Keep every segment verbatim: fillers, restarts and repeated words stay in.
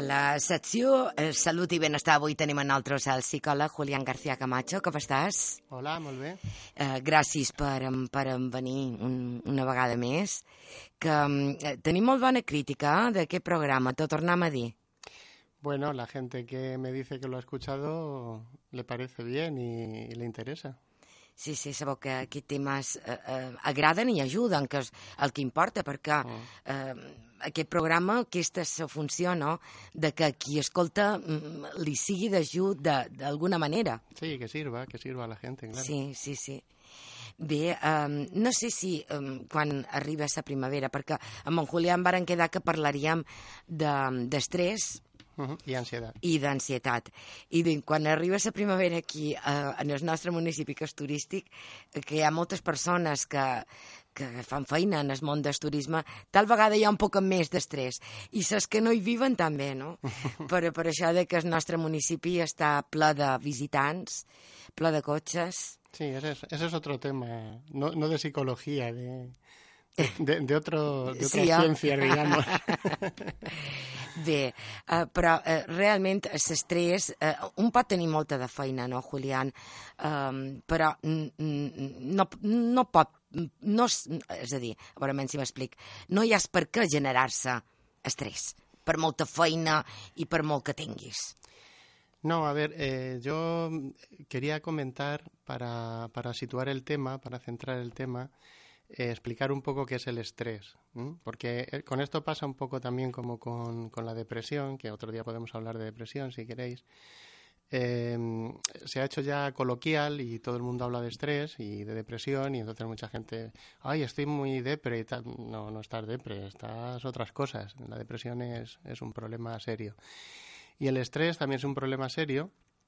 la secció eh, Salut i Benestar avui tenim a nosaltres el psicòleg Julián García Camacho. Com estàs? Hola, molt bé. Eh, gràcies per, per venir un, una vegada més. Que eh, tenim molt bona crítica d'aquest programa, t'ho tornem a dir. Bueno, la gente que me dice que lo ha escuchado le parece bien y, y le interesa. Sí, sí, sabeu que aquests temes eh, eh, agraden i ajuden, que és el que importa, perquè eh, aquest programa, aquesta és la funció, no?, de que qui escolta mm, li sigui d'ajut d'alguna manera. Sí, que sirva, que sirva a la gente, claro. Sí, sí, sí. Bé, um, no sé si um, quan arriba la primavera, perquè amb en Julián varen quedar que parlaríem d'estrès, de, Uh-huh. I ansietat. I d'ansietat. I de, quan arriba la primavera aquí, eh, en el nostre municipi, que és turístic, que hi ha moltes persones que, que fan feina en el món del turisme, tal vegada hi ha un poc més d'estrès. I les que no hi viven també, no? per, per això de que el nostre municipi està ple de visitants, ple de cotxes. Sí, ese es, ese es otro tema, no, no de psicología, de... De, de, otro, de otra sí, ciencia, digamos. Bé, uh, però uh, realment l'estrès, uh, un pot tenir molta de feina, no, Julián? Um, però no, no pot, no, és a dir, a veure si m'explic, no hi ha per què generar-se estrès, per molta feina i per molt que tinguis. No, a ver, eh, yo quería comentar, para, para situar el tema, para centrar el tema, Eh, explicar un poco qué es el estrés, ¿m? Porque con esto pasa un poco también como con, con la depresión, que otro día podemos hablar de depresión si queréis. Eh, se ha hecho ya coloquial y todo el mundo habla de estrés y de depresión y entonces mucha gente, ay, estoy muy depre y tal. No, no estás depre, estás otras cosas. La depresión es, es un problema serio. Y el estrés también es un problema serio.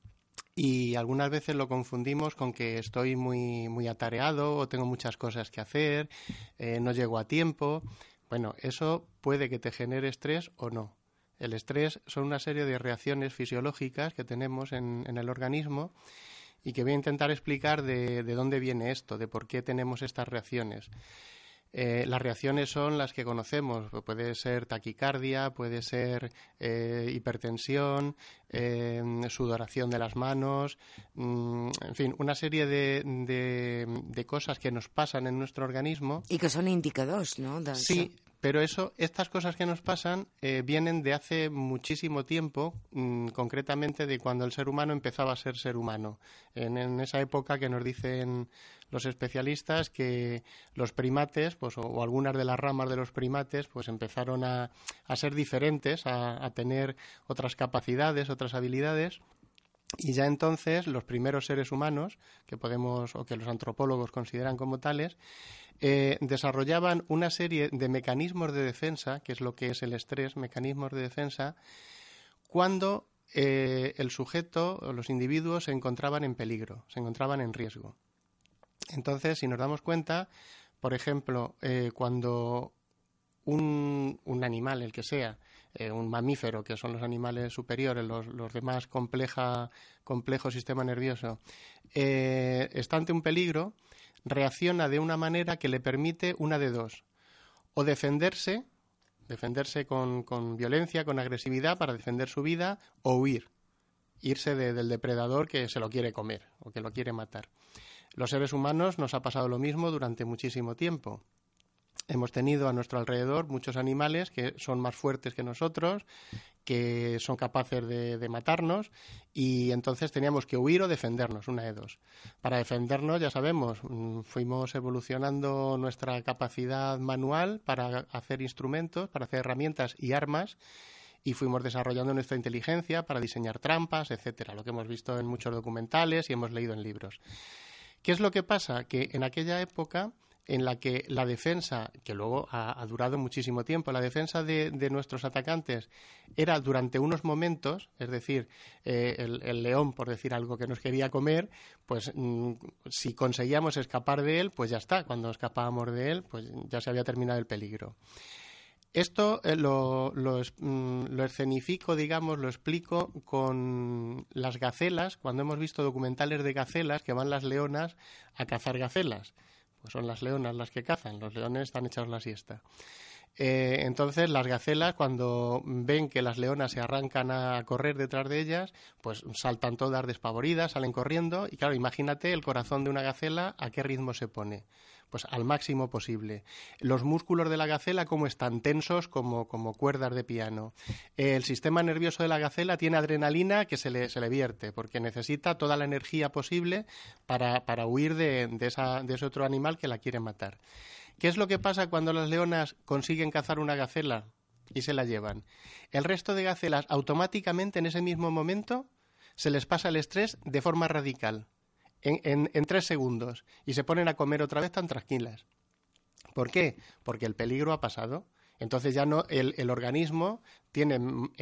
Y algunas veces lo confundimos con que estoy muy, muy atareado o tengo muchas cosas que hacer, eh, no llego a tiempo. Bueno, eso puede que te genere estrés o no. El estrés son una serie de reacciones fisiológicas que tenemos en, en el organismo y que voy a intentar explicar de, de dónde viene esto, de por qué tenemos estas reacciones. Eh, las reacciones son las que conocemos, puede ser taquicardia, puede ser eh, hipertensión, eh, sudoración de las manos, mmm, en fin, una serie de, de, de cosas que nos pasan en nuestro organismo. Y que son indicadores, ¿no? De sí, eso. Pero eso, estas cosas que nos pasan eh, vienen de hace muchísimo tiempo, mmm, concretamente de cuando el ser humano empezaba a ser ser humano. En, en esa época que nos dicen los especialistas que los primates, pues, o, o algunas de las ramas de los primates, pues empezaron a, a ser diferentes, a, a tener otras capacidades, otras habilidades. Y ya entonces los primeros seres humanos, que podemos o que los antropólogos consideran como tales, eh, desarrollaban una serie de mecanismos de defensa, que es lo que es el estrés, mecanismos de defensa, cuando eh, el sujeto o los individuos se encontraban en peligro, se encontraban en riesgo. Entonces, si nos damos cuenta, por ejemplo, eh, cuando un, un animal, el que sea, eh, un mamífero, que son los animales superiores, los, los de más compleja, complejo sistema nervioso, eh, está ante un peligro, reacciona de una manera que le permite una de dos, o defenderse, defenderse con, con violencia, con agresividad para defender su vida, o huir, irse de, del depredador que se lo quiere comer o que lo quiere matar. Los seres humanos nos ha pasado lo mismo durante muchísimo tiempo. Hemos tenido a nuestro alrededor muchos animales que son más fuertes que nosotros, que son capaces de, de matarnos, y entonces teníamos que huir o defendernos, una de dos. Para defendernos, ya sabemos, fuimos evolucionando nuestra capacidad manual para hacer instrumentos, para hacer herramientas y armas, y fuimos desarrollando nuestra inteligencia para diseñar trampas, etcétera, lo que hemos visto en muchos documentales y hemos leído en libros. ¿Qué es lo que pasa? Que en aquella época en la que la defensa, que luego ha, ha durado muchísimo tiempo, la defensa de, de nuestros atacantes era durante unos momentos, es decir, eh, el, el león, por decir algo que nos quería comer, pues mm, si conseguíamos escapar de él, pues ya está, cuando escapábamos de él, pues ya se había terminado el peligro. Esto eh, lo, lo, lo escenifico, digamos, lo explico con las gacelas, cuando hemos visto documentales de gacelas que van las leonas a cazar gacelas. Pues son las leonas las que cazan, los leones están echados la siesta. Eh, entonces las gacelas, cuando ven que las leonas se arrancan a correr detrás de ellas, pues saltan todas despavoridas, salen corriendo y claro, imagínate el corazón de una gacela a qué ritmo se pone. Pues al máximo posible. Los músculos de la gacela como están tensos como, como cuerdas de piano. El sistema nervioso de la gacela tiene adrenalina que se le, se le vierte porque necesita toda la energía posible para, para huir de, de, esa, de ese otro animal que la quiere matar. ¿Qué es lo que pasa cuando las leonas consiguen cazar una gacela y se la llevan? El resto de gacelas automáticamente en ese mismo momento se les pasa el estrés de forma radical. En, en, en tres segundos y se ponen a comer otra vez tan tranquilas. ¿Por qué? Porque el peligro ha pasado. Entonces ya no el, el organismo tiene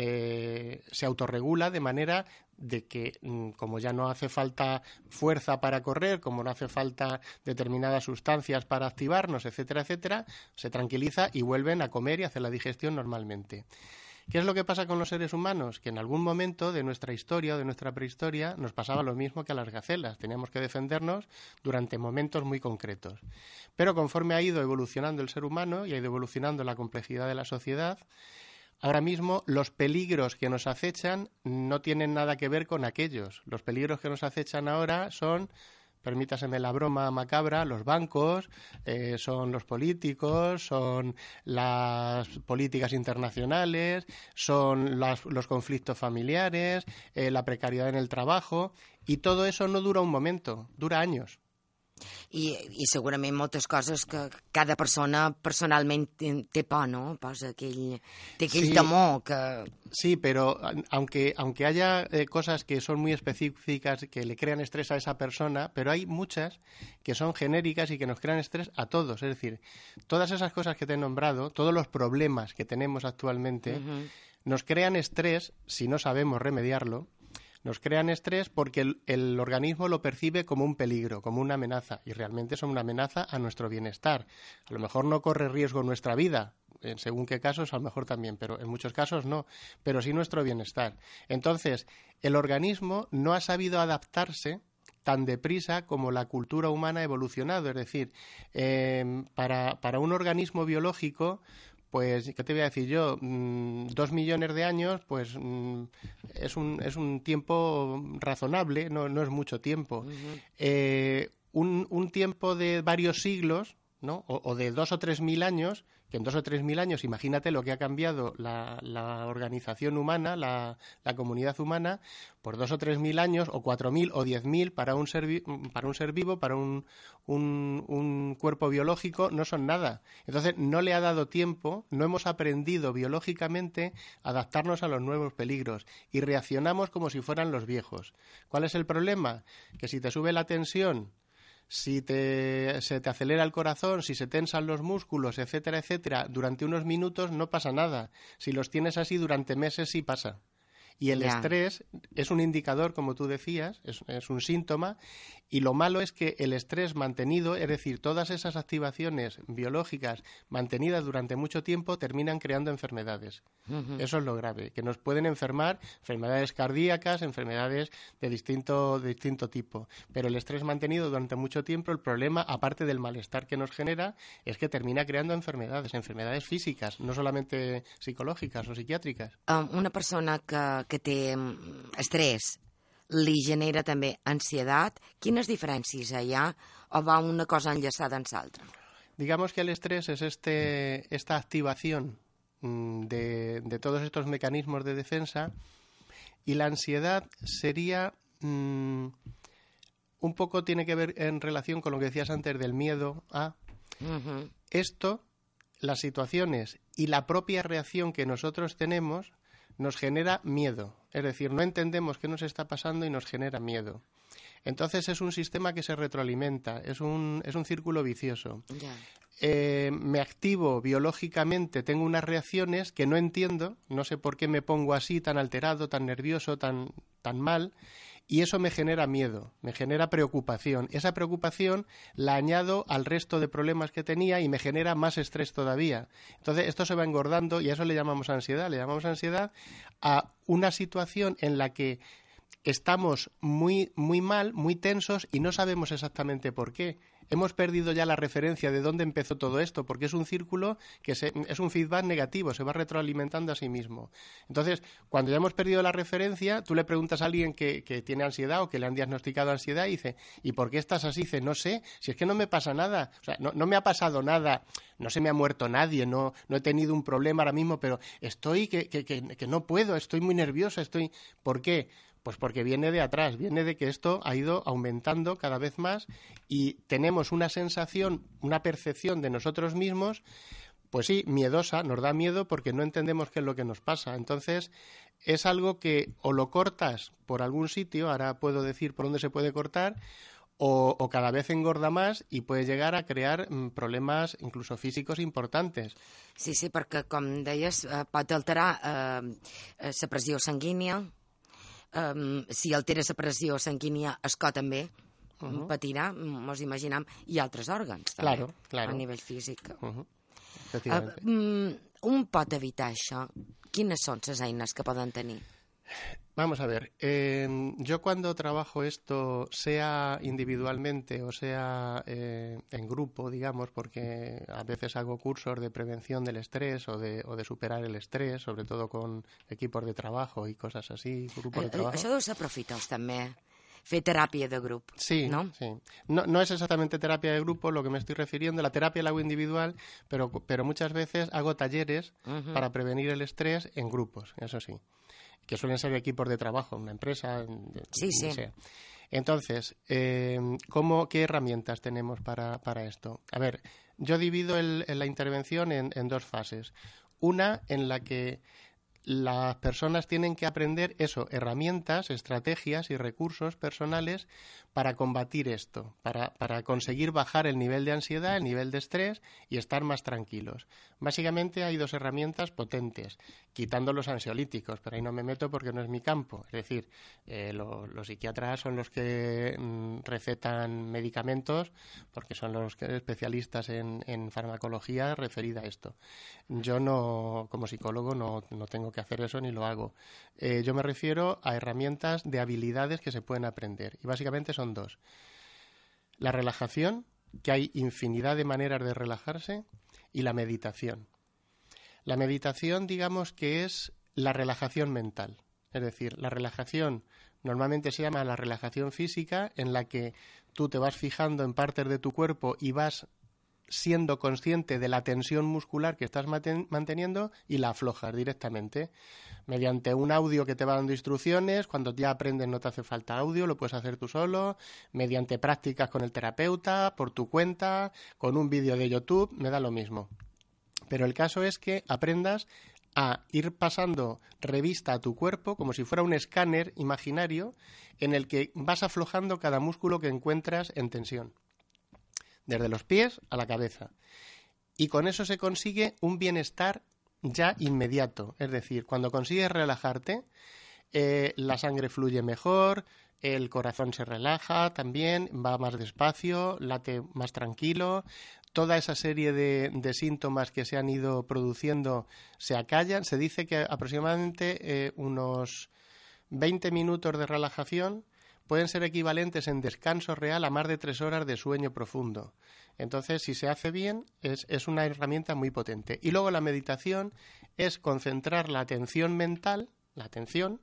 eh, se autorregula de manera de que como ya no hace falta fuerza para correr, como no hace falta determinadas sustancias para activarnos, etcétera, etcétera, se tranquiliza y vuelven a comer y a hacer la digestión normalmente. ¿Qué es lo que pasa con los seres humanos? Que en algún momento de nuestra historia o de nuestra prehistoria nos pasaba lo mismo que a las gacelas. Teníamos que defendernos durante momentos muy concretos. Pero conforme ha ido evolucionando el ser humano y ha ido evolucionando la complejidad de la sociedad, ahora mismo los peligros que nos acechan no tienen nada que ver con aquellos. Los peligros que nos acechan ahora son... permítaseme la broma macabra, los bancos, eh, son los políticos, son las políticas internacionales, son las, los conflictos familiares, eh, la precariedad en el trabajo, y todo eso no dura un momento, dura años. I, i segurament moltes coses que cada persona personalment té por, ¿no? Posa aquell, té aquell sí, temor que... Sí, pero aunque, aunque haya eh, cosas que son muy específicas que le crean estrés a esa persona, pero hay muchas que son genéricas y que nos crean estrés a todos. Es decir, todas esas cosas que te he nombrado, todos los problemas que tenemos actualmente, uh-huh. nos crean estrés si no sabemos remediarlo. Nos crean estrés porque el, el organismo lo percibe como un peligro, como una amenaza, y realmente son una amenaza a nuestro bienestar. A lo mejor no corre riesgo nuestra vida, en según qué casos a lo mejor también, pero en muchos casos no, pero sí nuestro bienestar. Entonces, el organismo no ha sabido adaptarse tan deprisa como la cultura humana ha evolucionado. Es decir, eh, para, para un organismo biológico... Pues, ¿qué te voy a decir yo? Mm, dos millones de años, pues mm, es, un, es un tiempo razonable, no, no es mucho tiempo. Uh-huh. Eh, un, un tiempo de varios siglos, ¿no? O, o de dos o tres mil años, que en dos o tres mil años, imagínate lo que ha cambiado la, la organización humana, la, la comunidad humana, por dos o tres mil años, o cuatro mil o diez mil para un ser, para un ser vivo, para un, un, un cuerpo biológico, no son nada. Entonces, no le ha dado tiempo, no hemos aprendido biológicamente a adaptarnos a los nuevos peligros y reaccionamos como si fueran los viejos. ¿Cuál es el problema? Que si te sube la tensión, si te, se te acelera el corazón, si se tensan los músculos, etcétera, etcétera, durante unos minutos no pasa nada. Si los tienes así durante meses sí pasa. Y el yeah. estrés es un indicador, como tú decías, es, es un síntoma, y lo malo es que el estrés mantenido, es decir, todas esas activaciones biológicas mantenidas durante mucho tiempo terminan creando enfermedades. Uh-huh. Eso es lo grave, que nos pueden enfermar enfermedades cardíacas, enfermedades de distinto, de distinto tipo. Pero el estrés mantenido durante mucho tiempo, el problema, aparte del malestar que nos genera, es que termina creando enfermedades, enfermedades físicas, no solamente psicológicas o psiquiátricas. Um, una persona que que té estrès li genera també ansietat. Quines diferències hi ha o va una cosa enllaçada amb l'altra? Digamos que el estrés es este, esta activación de, de todos estos mecanismos de defensa y la ansiedad sería mmm, un poco tiene que ver en relación con lo que decías antes del miedo a uh-huh. esto, las situaciones y la propia reacción que nosotros tenemos nos genera miedo, es decir, no entendemos qué nos está pasando y nos genera miedo. Entonces es un sistema que se retroalimenta, es un, es un círculo vicioso. Yeah. Eh, me activo biológicamente, tengo unas reacciones que no entiendo, no sé por qué me pongo así, tan alterado, tan nervioso, tan, tan mal, y eso me genera miedo, me genera preocupación. Esa preocupación la añado al resto de problemas que tenía y me genera más estrés todavía. Entonces esto se va engordando y a eso le llamamos ansiedad. Le llamamos ansiedad a una situación en la que estamos muy, muy mal, muy tensos y no sabemos exactamente por qué. hemos perdido ya la referencia de dónde empezó todo esto, porque es un círculo que se, es un feedback negativo, se va retroalimentando a sí mismo. Entonces, cuando ya hemos perdido la referencia, tú le preguntas a alguien que, que tiene ansiedad o que le han diagnosticado ansiedad y dice, ¿y por qué estás así? Dice, no sé, si es que no me pasa nada, o sea, no, no me ha pasado nada, no se me ha muerto nadie, no, no he tenido un problema ahora mismo, pero estoy que, que, que, que no puedo, estoy muy nerviosa, estoy... ¿Por qué? Pues porque viene de atrás, viene de que esto ha ido aumentando cada vez más y tenemos una sensación, una percepción de nosotros mismos, pues sí, miedosa, nos da miedo porque no entendemos qué es lo que nos pasa. Entonces, es algo que o lo cortas por algún sitio, ahora puedo decir por dónde se puede cortar, o, o cada vez engorda más i puede llegar a crear mm, problemes incluso físicos importantes. Sí, sí, perquè, com deies, eh, pot alterar eh, la pressió sanguínia. Um, si altera la pressió sanguínia, el cor també uh -huh. patirà, mos imaginem, i altres òrgans també, claro, claro. a nivell físic. Uh -huh. uh, um, un pot evitar això? Quines són les eines que poden tenir? Vamos a ver, eh, yo cuando trabajo esto, sea individualmente o sea eh, en grupo, digamos, porque a veces hago cursos de prevención del estrés o de, o de superar el estrés, sobre todo con equipos de trabajo y cosas así, grupos de trabajo. Això deu ser profitós, també, fer teràpia de grup, sí, ¿no? Sí, no, no es exactamente terapia de grupo lo que me estoy refiriendo, la terapia la hago individual, pero, pero muchas veces hago talleres uh-huh. para prevenir el estrés en grupos, eso sí, que suelen ser equipos de trabajo, una empresa, sí, sí. Sea. Entonces, eh, ¿cómo, ¿qué herramientas tenemos para, para esto? A ver, yo divido el, la intervención en, en dos fases. Una en la que las personas tienen que aprender eso, herramientas, estrategias y recursos personales para combatir esto, para, para conseguir bajar el nivel de ansiedad, el nivel de estrés y estar más tranquilos. Básicamente hay dos herramientas potentes, quitando los ansiolíticos, pero ahí no me meto porque no es mi campo. Es decir, eh, lo, los psiquiatras son los que mm, recetan medicamentos porque son los que, especialistas en, en farmacología referida a esto. Yo no, como psicólogo, no, no tengo que hacer eso ni lo hago. Eh, yo me refiero a herramientas de habilidades que se pueden aprender y básicamente son dos. La relajación, que hay infinidad de maneras de relajarse, y la meditación. La meditación, digamos que es la relajación mental, es decir, la relajación normalmente se llama la relajación física, en la que tú te vas fijando en partes de tu cuerpo y vas siendo consciente de la tensión muscular que estás manteniendo y la aflojas directamente mediante un audio que te va dando instrucciones. Cuando ya aprendes no te hace falta audio, lo puedes hacer tú solo, mediante prácticas con el terapeuta, por tu cuenta, con un vídeo de YouTube, me da lo mismo. Pero el caso es que aprendas a ir pasando revista a tu cuerpo como si fuera un escáner imaginario en el que vas aflojando cada músculo que encuentras en tensión, desde los pies a la cabeza. Y con eso se consigue un bienestar ya inmediato. Es decir, cuando consigues relajarte, eh, la sangre fluye mejor, el corazón se relaja también, va más despacio, late más tranquilo. Toda esa serie de, de síntomas que se han ido produciendo se acallan. Se dice que aproximadamente eh, unos veinte minutos de relajación pueden ser equivalentes en descanso real a más de tres horas de sueño profundo. Entonces, si se hace bien, es, es una herramienta muy potente. Y luego la meditación es concentrar la atención mental, la atención,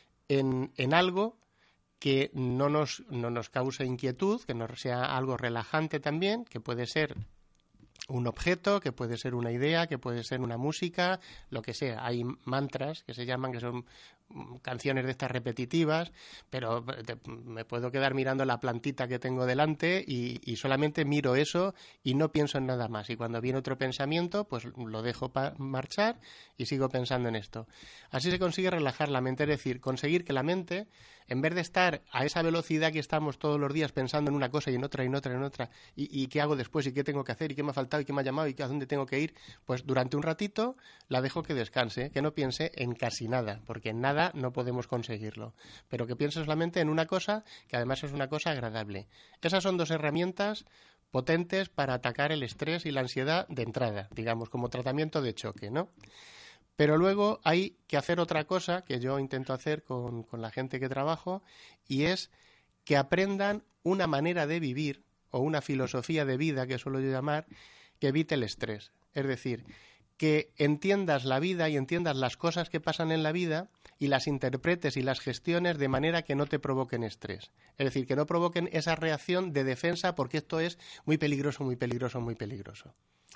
en, en algo que no nos, no nos cause inquietud, que no sea algo relajante también, que puede ser un objeto, que puede ser una idea, que puede ser una música, lo que sea. Hay mantras que se llaman, que son canciones de estas repetitivas, pero te, me puedo quedar mirando la plantita que tengo delante y, y solamente miro eso y no pienso en nada más. Y cuando viene otro pensamiento, pues lo dejo pa- marchar y sigo pensando en esto. Así se consigue relajar la mente, es decir, conseguir que la mente, en vez de estar a esa velocidad que estamos todos los días pensando en una cosa y en otra y en otra y en otra, y, y qué hago después y qué tengo que hacer y qué me ha faltado y qué me ha llamado y a dónde tengo que ir, pues durante un ratito la dejo que descanse, que no piense en casi nada, porque en nada no podemos conseguirlo, pero que piense solamente en una cosa que además es una cosa agradable. Esas son dos herramientas potentes para atacar el estrés y la ansiedad de entrada, digamos, como tratamiento de choque, ¿no? Pero luego hay que hacer otra cosa que yo intento hacer con, con la gente que trabajo, y es que aprendan una manera de vivir o una filosofía de vida, que suelo yo llamar, que evite el estrés. Es decir, que entiendas la vida y entiendas las cosas que pasan en la vida y las interpretes y las gestiones de manera que no te provoquen estrés. Es decir, que no provoquen esa reacción de defensa porque esto es muy peligroso, muy peligroso, muy peligroso.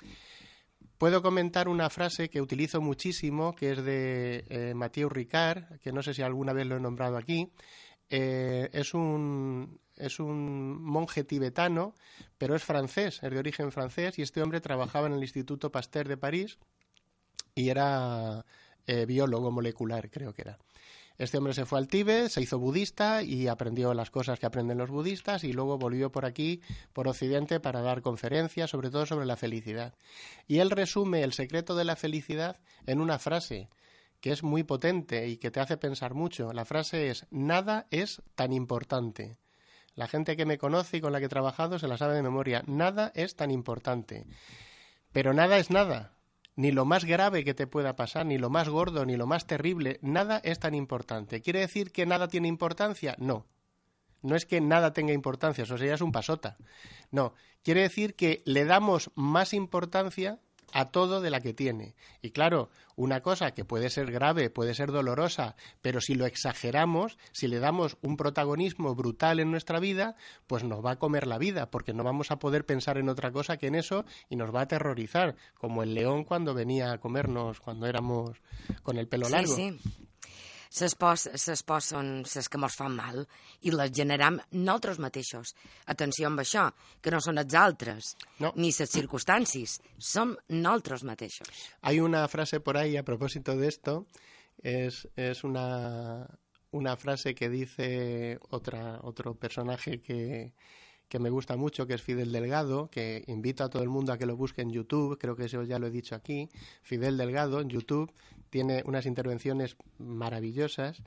Puedo comentar una frase que utilizo muchísimo, que es de eh, Mathieu Ricard, que no sé si alguna vez lo he nombrado aquí. Eh, es un... Es un monje tibetano, pero es francés, es de origen francés, y este hombre trabajaba en el Instituto Pasteur de París y era eh, biólogo molecular, creo que era. Este hombre se fue al Tíbet, se hizo budista y aprendió las cosas que aprenden los budistas y luego volvió por aquí, por Occidente, para dar conferencias, sobre todo sobre la felicidad. Y él resume el secreto de la felicidad en una frase que es muy potente y que te hace pensar mucho. La frase es: nada es tan importante. La gente que me conoce y con la que he trabajado se la sabe de memoria. Nada es tan importante. Pero nada es nada. Ni lo más grave que te pueda pasar, ni lo más gordo, ni lo más terrible. Nada es tan importante. ¿Quiere decir que nada tiene importancia? No. No es que nada tenga importancia, eso sería un pasota. No. Quiere decir que le damos más importancia a todo de la que tiene. Y claro, una cosa que puede ser grave, puede ser dolorosa, pero si lo exageramos, si le damos un protagonismo brutal en nuestra vida, pues nos va a comer la vida, porque no vamos a poder pensar en otra cosa que en eso y nos va a aterrorizar, como el león cuando venía a comernos cuando éramos con el pelo largo. Sí, sí. Ses pors, ses pors són ses que mos fan mal i les generam nosaltres mateixos. Atenció amb això, que no són els altres, no. ni les circunstàncies, som nosaltres mateixos. Hay una frase por ahí a propósito de esto, es, es una, una frase que dice otra, otro personaje que... que me gusta mucho, que es Fidel Delgado, que invito a todo el mundo a que lo busque en YouTube, creo que eso ya lo he dicho aquí. Fidel Delgado en YouTube tiene unas intervenciones maravillosas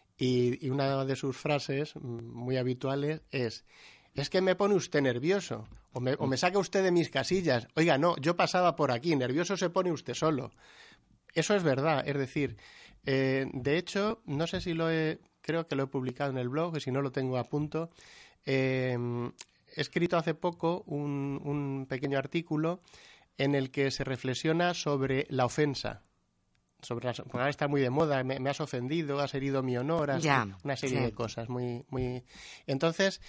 y, y una de sus frases muy habituales es: es que me pone usted nervioso o me, o me saca usted de mis casillas. Oiga, no, yo pasaba por aquí, nervioso se pone usted solo. Eso es verdad, es decir, eh, de hecho, no sé si lo he, creo que lo he publicado en el blog, y si no lo tengo a punto. Eh, he escrito hace poco un, un pequeño artículo en el que se reflexiona sobre la ofensa. Sobre la, porque ahora está muy de moda, me, me has ofendido, has herido mi honor, has, ya, una serie sí. de cosas muy, muy. Entonces,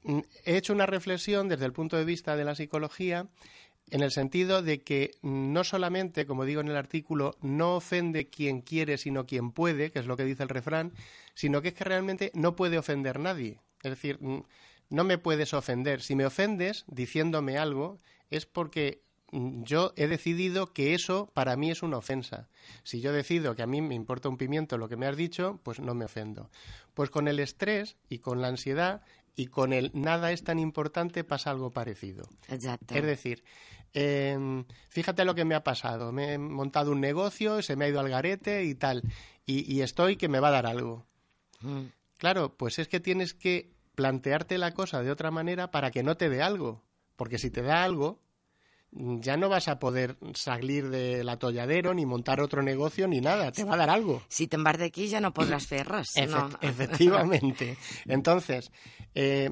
he hecho una reflexión desde el punto de vista de la psicología, en el sentido de que no solamente, como digo en el artículo, no ofende quien quiere, sino quien puede, que es lo que dice el refrán, sino que es que realmente no puede ofender nadie. Es decir, no me puedes ofender. Si me ofendes diciéndome algo, es porque yo he decidido que eso para mí es una ofensa. Si yo decido que a mí me importa un pimiento lo que me has dicho, pues no me ofendo. Pues con el estrés y con la ansiedad y con el nada es tan importante pasa algo parecido. Exacto. Es decir, eh, fíjate lo que me ha pasado. Me he montado un negocio, se me ha ido al garete y tal. Y, y estoy que me va a dar algo. Mm. Claro, pues es que tienes que plantearte la cosa de otra manera para que no te dé algo. Porque si te da algo, ya no vas a poder salir del atolladero, ni montar otro negocio, ni nada. Te va a dar algo. Si te'n vas d'aquí ja no podràs fer res. Efect no. Efectivamente. Entonces, eh,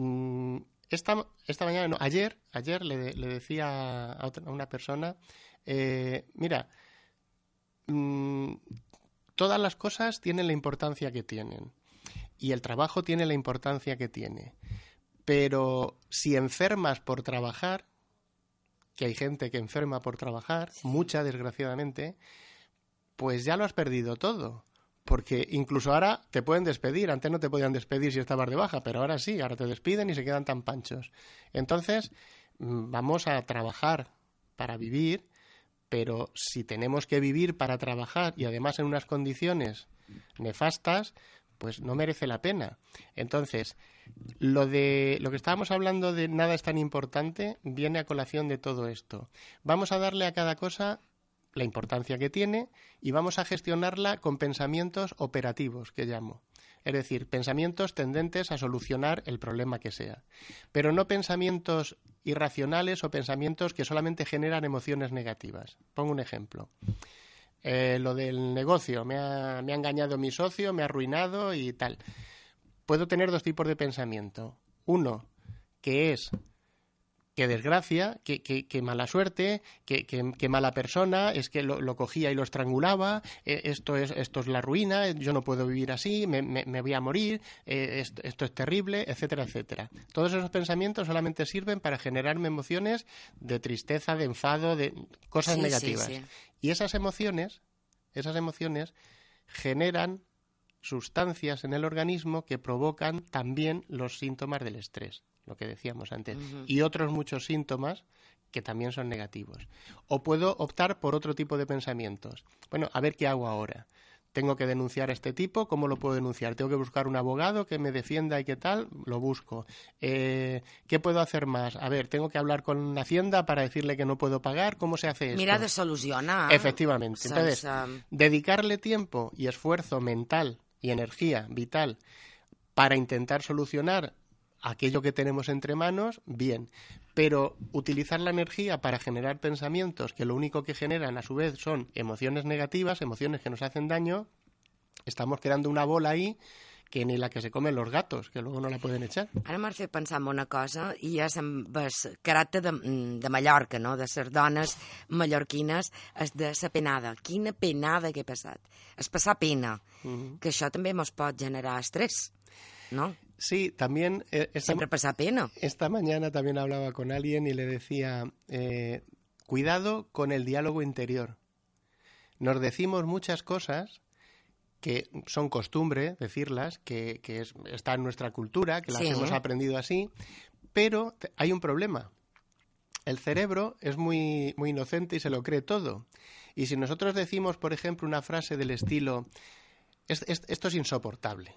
esta, esta mañana, no, ayer, ayer le, le decía a, otra, a una persona, eh, mira, mmm, todas las cosas tienen la importancia que tienen. Y el trabajo tiene la importancia que tiene. Pero si enfermas por trabajar, que hay gente que enferma por trabajar, sí. mucha desgraciadamente, pues ya lo has perdido todo. Porque incluso ahora te pueden despedir. Antes no te podían despedir si estabas de baja, pero ahora sí, ahora te despiden y se quedan tan panchos. Entonces, vamos a trabajar para vivir, pero si tenemos que vivir para trabajar y además en unas condiciones nefastas, pues no merece la pena. Entonces, lo de lo que estábamos hablando de nada es tan importante viene a colación de todo esto. Vamos a darle a cada cosa la importancia que tiene y vamos a gestionarla con pensamientos operativos, que llamo. Es decir, pensamientos tendentes a solucionar el problema que sea. Pero no pensamientos irracionales o pensamientos que solamente generan emociones negativas. Pongo un ejemplo. Eh, lo del negocio, me ha, me ha engañado mi socio, me ha arruinado y tal. Puedo tener dos tipos de pensamiento. Uno, que es qué desgracia, qué, qué, qué mala suerte, qué, qué, qué mala persona, es que lo, lo cogía y lo estrangulaba, eh, esto, es, esto es la ruina, yo no puedo vivir así, me, me, me voy a morir, eh, esto, esto es terrible, etcétera, etcétera. Todos esos pensamientos solamente sirven para generarme emociones de tristeza, de enfado, de cosas sí, negativas. Sí, sí. Y esas emociones, esas emociones generan sustancias en el organismo que provocan también los síntomas del estrés, lo que decíamos antes, uh-huh. y otros muchos síntomas que también son negativos. O puedo optar por otro tipo de pensamientos. Bueno, a ver qué hago ahora. Tengo que denunciar a este tipo, ¿cómo lo puedo denunciar? Tengo que buscar un abogado que me defienda y qué tal, lo busco. Eh, ¿Qué puedo hacer más? A ver, tengo que hablar con Hacienda para decirle que no puedo pagar, ¿cómo se hace esto? Mira de solucionar. Efectivamente. Entonces, sense... dedicarle tiempo y esfuerzo mental y energía vital para intentar solucionar aquello que tenemos entre manos, bien, pero utilizar la energía para generar pensamientos que lo único que generan a su vez son emociones negativas, emociones que nos hacen daño, estamos creando una bola ahí que ni la que se comen los gatos, que luego no la pueden echar. Ara m'has fet pensar en una cosa, i és amb el caràcter de, de Mallorca, no? De les dones mallorquines, és de la penada. Quina penada que he passat. És passar pena, uh-huh. que això també mos pot generar estrés, ¿no? Sí, también... Eh, esta, Siempre pasa pena. Esta mañana también hablaba con alguien y le decía, eh, cuidado con el diálogo interior. Nos decimos muchas cosas que son costumbre decirlas, que, que es, está en nuestra cultura, que las sí. hemos aprendido así, pero hay un problema. El cerebro es muy, muy inocente y se lo cree todo. Y si nosotros decimos, por ejemplo, una frase del estilo, es, es, esto es insoportable.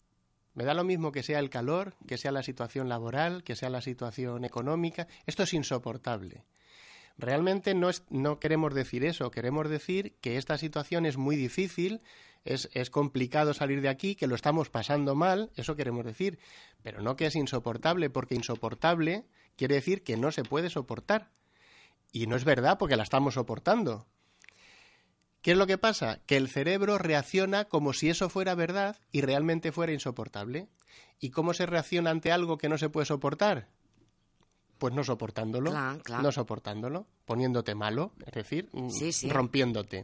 Me da lo mismo que sea el calor, que sea la situación laboral, que sea la situación económica. Esto es insoportable. Realmente no, es, no queremos decir eso. Queremos decir que esta situación es muy difícil, es, es complicado salir de aquí, que lo estamos pasando mal. Eso queremos decir. Pero no que es insoportable, porque insoportable quiere decir que no se puede soportar. Y no es verdad, porque la estamos soportando. ¿Qué es lo que pasa? Que el cerebro reacciona como si eso fuera verdad y realmente fuera insoportable. ¿Y cómo se reacciona ante algo que no se puede soportar? Pues no soportándolo, claro, claro. no soportándolo, poniéndote malo, es decir, sí, sí. rompiéndote.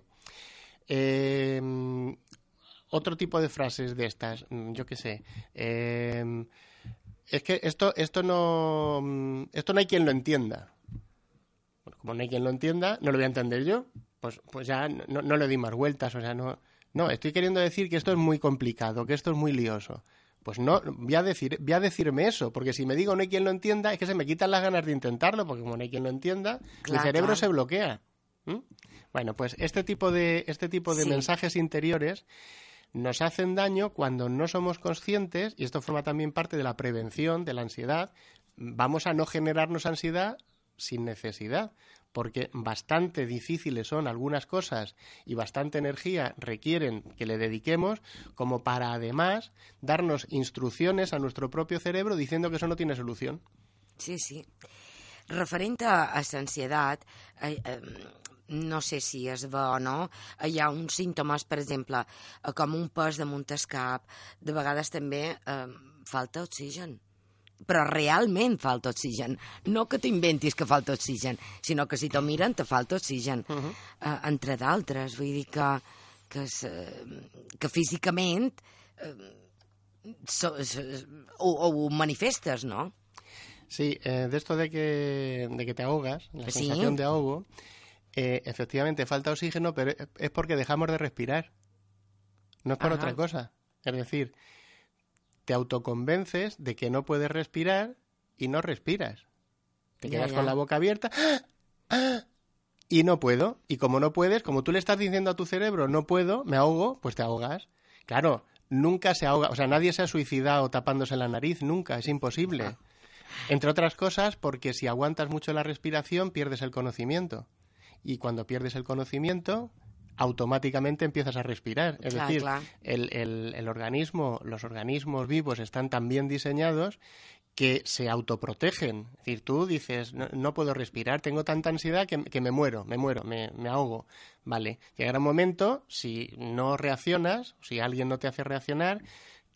Eh, otro tipo de frases de estas, yo qué sé, eh, es que esto, esto no, esto no hay quien lo entienda. Bueno, como no hay quien lo entienda, no lo voy a entender yo. Pues, pues ya no, no le di más vueltas, o sea, no, no, estoy queriendo decir que esto es muy complicado, que esto es muy lioso. Pues no, voy a decir, voy a decirme eso, porque si me digo no hay quien lo entienda, es que se me quitan las ganas de intentarlo, porque como no hay quien lo entienda, claro, mi cerebro claro. se bloquea. ¿Mm? Bueno, pues este tipo de, este tipo de sí. mensajes interiores nos hacen daño cuando no somos conscientes, y esto forma también parte de la prevención de la ansiedad. Vamos a no generarnos ansiedad sin necesidad, porque bastante difíciles son algunas cosas y bastante energía requieren que le dediquemos como para además darnos instrucciones a nuestro propio cerebro diciendo que eso no tiene solución. Sí, sí. Referent a, a l'ansietat, eh, eh, no sé si es ve o no, hi ha uns símptomes, per exemple, eh, com un pes damunt el cap, de vegades també eh, falta oxigen. Però realment falta oxigen. No que t'inventis que falta oxigen, sinó que si t'ho miren te falta oxigen. Uh-huh. Uh, entre d'altres, vull dir que, que, se, que físicament uh, so, so, ho, ho manifestes, ¿no? Sí, eh, de esto de que, de que te ahogas, la ¿Sí? sensación de ahogo, eh, efectivamente falta oxígeno, pero es porque dejamos de respirar. No es por Ajá. otra cosa. Es decir, te autoconvences de que no puedes respirar y no respiras. Te quedas ya, ya. con la boca abierta y no puedo. Y como no puedes, como tú le estás diciendo a tu cerebro, no puedo, me ahogo, pues te ahogas. Claro, nunca se ahoga, o sea, nadie se ha suicidado tapándose la nariz, nunca, es imposible. Entre otras cosas, porque si aguantas mucho la respiración, pierdes el conocimiento. Y cuando pierdes el conocimiento, automáticamente empiezas a respirar. Es claro, decir, claro. El, el, el organismo, los organismos vivos están tan bien diseñados que se autoprotegen. Es decir, tú dices, no, no puedo respirar, tengo tanta ansiedad que, que me muero, me muero, me, me ahogo. Vale, llegará un momento, si no reaccionas, si alguien no te hace reaccionar,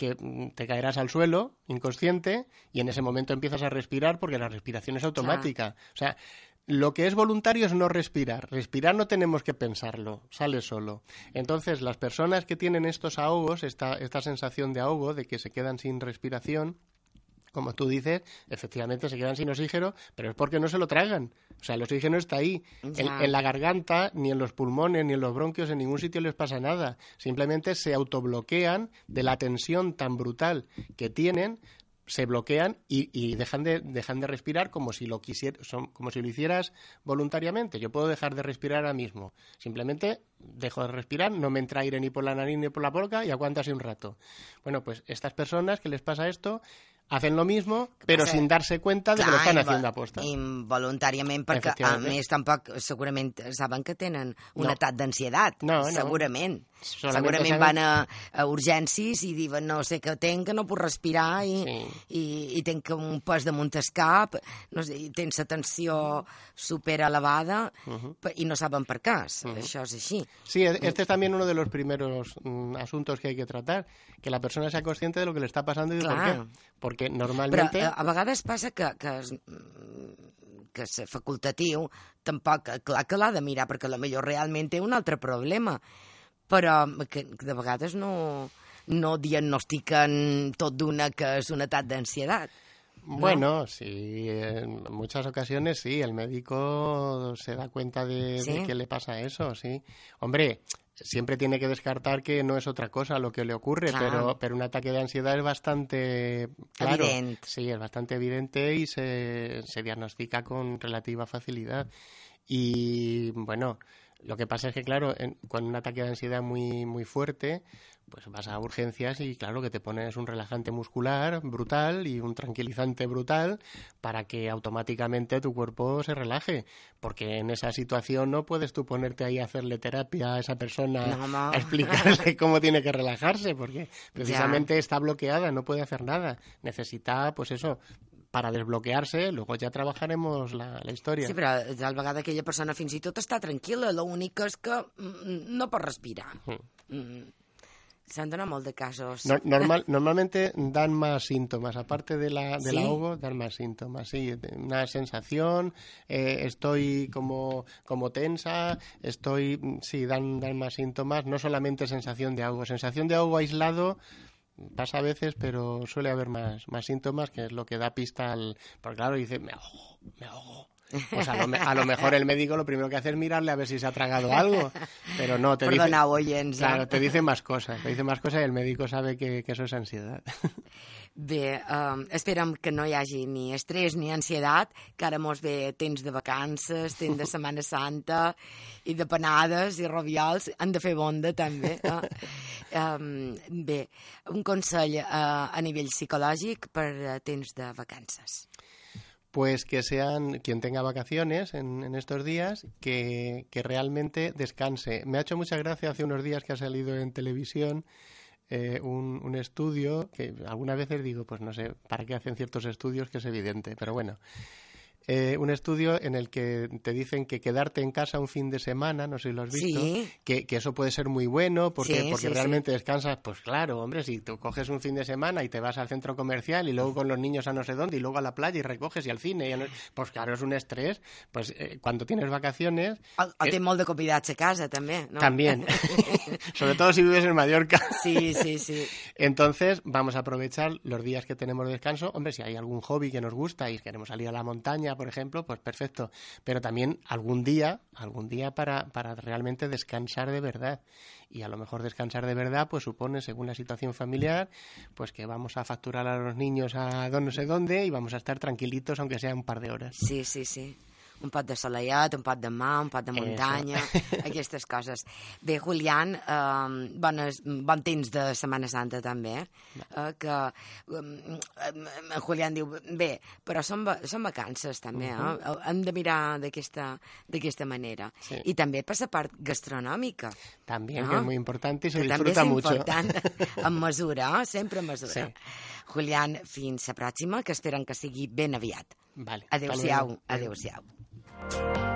que te caerás al suelo, inconsciente, y en ese momento empiezas a respirar porque la respiración es automática. Claro. O sea, lo que es voluntario es no respirar. Respirar no tenemos que pensarlo, sale solo. Entonces, las personas que tienen estos ahogos, esta, esta sensación de ahogo, de que se quedan sin respiración, como tú dices, efectivamente se quedan sin oxígeno, pero es porque no se lo tragan. O sea, el oxígeno está ahí. En, en la garganta, ni en los pulmones, ni en los bronquios, en ningún sitio les pasa nada. Simplemente se autobloquean de la tensión tan brutal que tienen, se bloquean y, y dejan de dejan de respirar como si lo quisier, son, como si lo hicieras voluntariamente. Yo puedo dejar de respirar ahora mismo. Simplemente dejo de respirar, no me entra aire ni por la nariz ni por la boca y aguantas un rato. Bueno, pues estas personas que les pasa esto hacen lo mismo, però sin darse cuenta de clar, que lo estan haciendo aposta. Involuntàriament, perquè a més tampoc segurament saben que tenen un no. atac d'ansietat. No, no. Segurament. Solamente segurament saben... van a, a urgències i diuen no sé què tenc, que no puc respirar i, sí. i, i tenc un pes damunt el cap, no sé, i tens la tensió super elevada uh -huh. i no saben per què. Uh -huh. Això és així. Sí, este es también uno de los primeros mm, asuntos que hay que tratar, que la persona sea consciente de lo que le está pasando y de por qué. Porque normalmente... Però a vegades passa que, que, es, que és facultatiu, tampoc, clar que l'ha de mirar, perquè potser realment té un altre problema, però que de vegades no, no diagnostiquen tot d'una que és un atac d'ansietat. ¿No? Bueno, sí, en muchas ocasiones sí, el médico se da cuenta de, ¿Sí? de que le pasa eso, sí. Hombre, siempre tiene que descartar que no es otra cosa lo que le ocurre, claro. pero, pero un ataque de ansiedad es bastante claro. Evidente. Sí, es bastante evidente y se, se diagnostica con relativa facilidad. Y bueno, lo que pasa es que, claro, en, con un ataque de ansiedad muy, muy fuerte, pues vas a urgencias y claro que te pones un relajante muscular brutal y un tranquilizante brutal para que automáticamente tu cuerpo se relaje, porque en esa situación no puedes tú ponerte ahí a hacerle terapia a esa persona, no, no. a explicarle cómo tiene que relajarse, porque precisamente ya. está bloqueada, no puede hacer nada, necesita pues eso, para desbloquearse, luego ja trabajaremos la, la història. Sí, però tal vegada aquella persona fins i tot està tranquil·la, l'únic és que no pot respirar. Mm. Mm. Se han donado molt de casos. No, normal, normalmente dan más síntomas, aparte de la, del ¿Sí? ahogo, dan más síntomas, sí, una sensación, eh, estoy como, como tensa, estoy, sí, dan, dan más síntomas, no solamente sensación de ahogo, sensación de ahogo aislado, pasa a veces, pero suele haber más, más síntomas, que es lo que da pista al... Porque claro, dice, me ahogo, me ahogo. Pues a lo, a lo mejor el médico lo primero que hace es mirarle a ver si se ha tragado algo, pero no, te Perdona, dice... Oyens, claro, te dice más cosas, te dice más cosas y el médico sabe que, que eso es ansiedad. Bé, um, esperem que no hi hagi ni estrès ni ansietat, que ara mos ve temps de vacances, temps de Setmana Santa i de panades i raviols, han de fer bonda també. Eh? Um, bé, un consell uh, a nivell psicològic per uh, temps de vacances. Pues que sean quien tenga vacaciones en, en estos días, que, que realmente descanse. Me ha hecho mucha gracia hace unos días que ha salido en televisión eh, un, un estudio, que algunas veces digo, pues no sé, ¿para qué hacen ciertos estudios? Que es evidente, pero bueno. Eh, un estudio en el que te dicen que quedarte en casa un fin de semana, no sé si lo has visto, sí. que, que eso puede ser muy bueno porque, sí, porque sí, realmente sí. descansas, pues claro, hombre, si tú coges un fin de semana y te vas al centro comercial y luego con los niños a no sé dónde y luego a la playa y recoges y al cine, y no, pues claro, es un estrés, pues eh, cuando tienes vacaciones... O, o té molt de convidats a casa, també, ¿no? También, sobre todo si vives en Mallorca. Sí, sí, sí. Entonces vamos a aprovechar los días que tenemos de descanso, hombre, si hay algún hobby que nos gusta y queremos salir a la montaña, por ejemplo, pues perfecto, pero también algún día, algún día para, para realmente descansar de verdad. Y a lo mejor descansar de verdad pues supone, según la situación familiar, pues que vamos a facturar a los niños a no sé dónde y vamos a estar tranquilitos aunque sea un par de horas. Sí, sí, sí. Un pot de soleiat, un pot de mar, un pot de muntanya, Eso. Aquestes coses. Bé, Julián, eh, bones, bon temps de Setmana Santa també, eh, que eh, Julián diu, bé, però són, són vacances també, uh-huh. eh? Hem de mirar d'aquesta d'aquesta manera. Sí. I també per la part gastronòmica. També, no? que és molt important i se que disfruta mucho. També és important, en mesura, eh? Sempre en mesura. Sí. Julián, fins la pròxima, que esperen que sigui ben aviat. Vale. Adéu-siau, adéu-siau.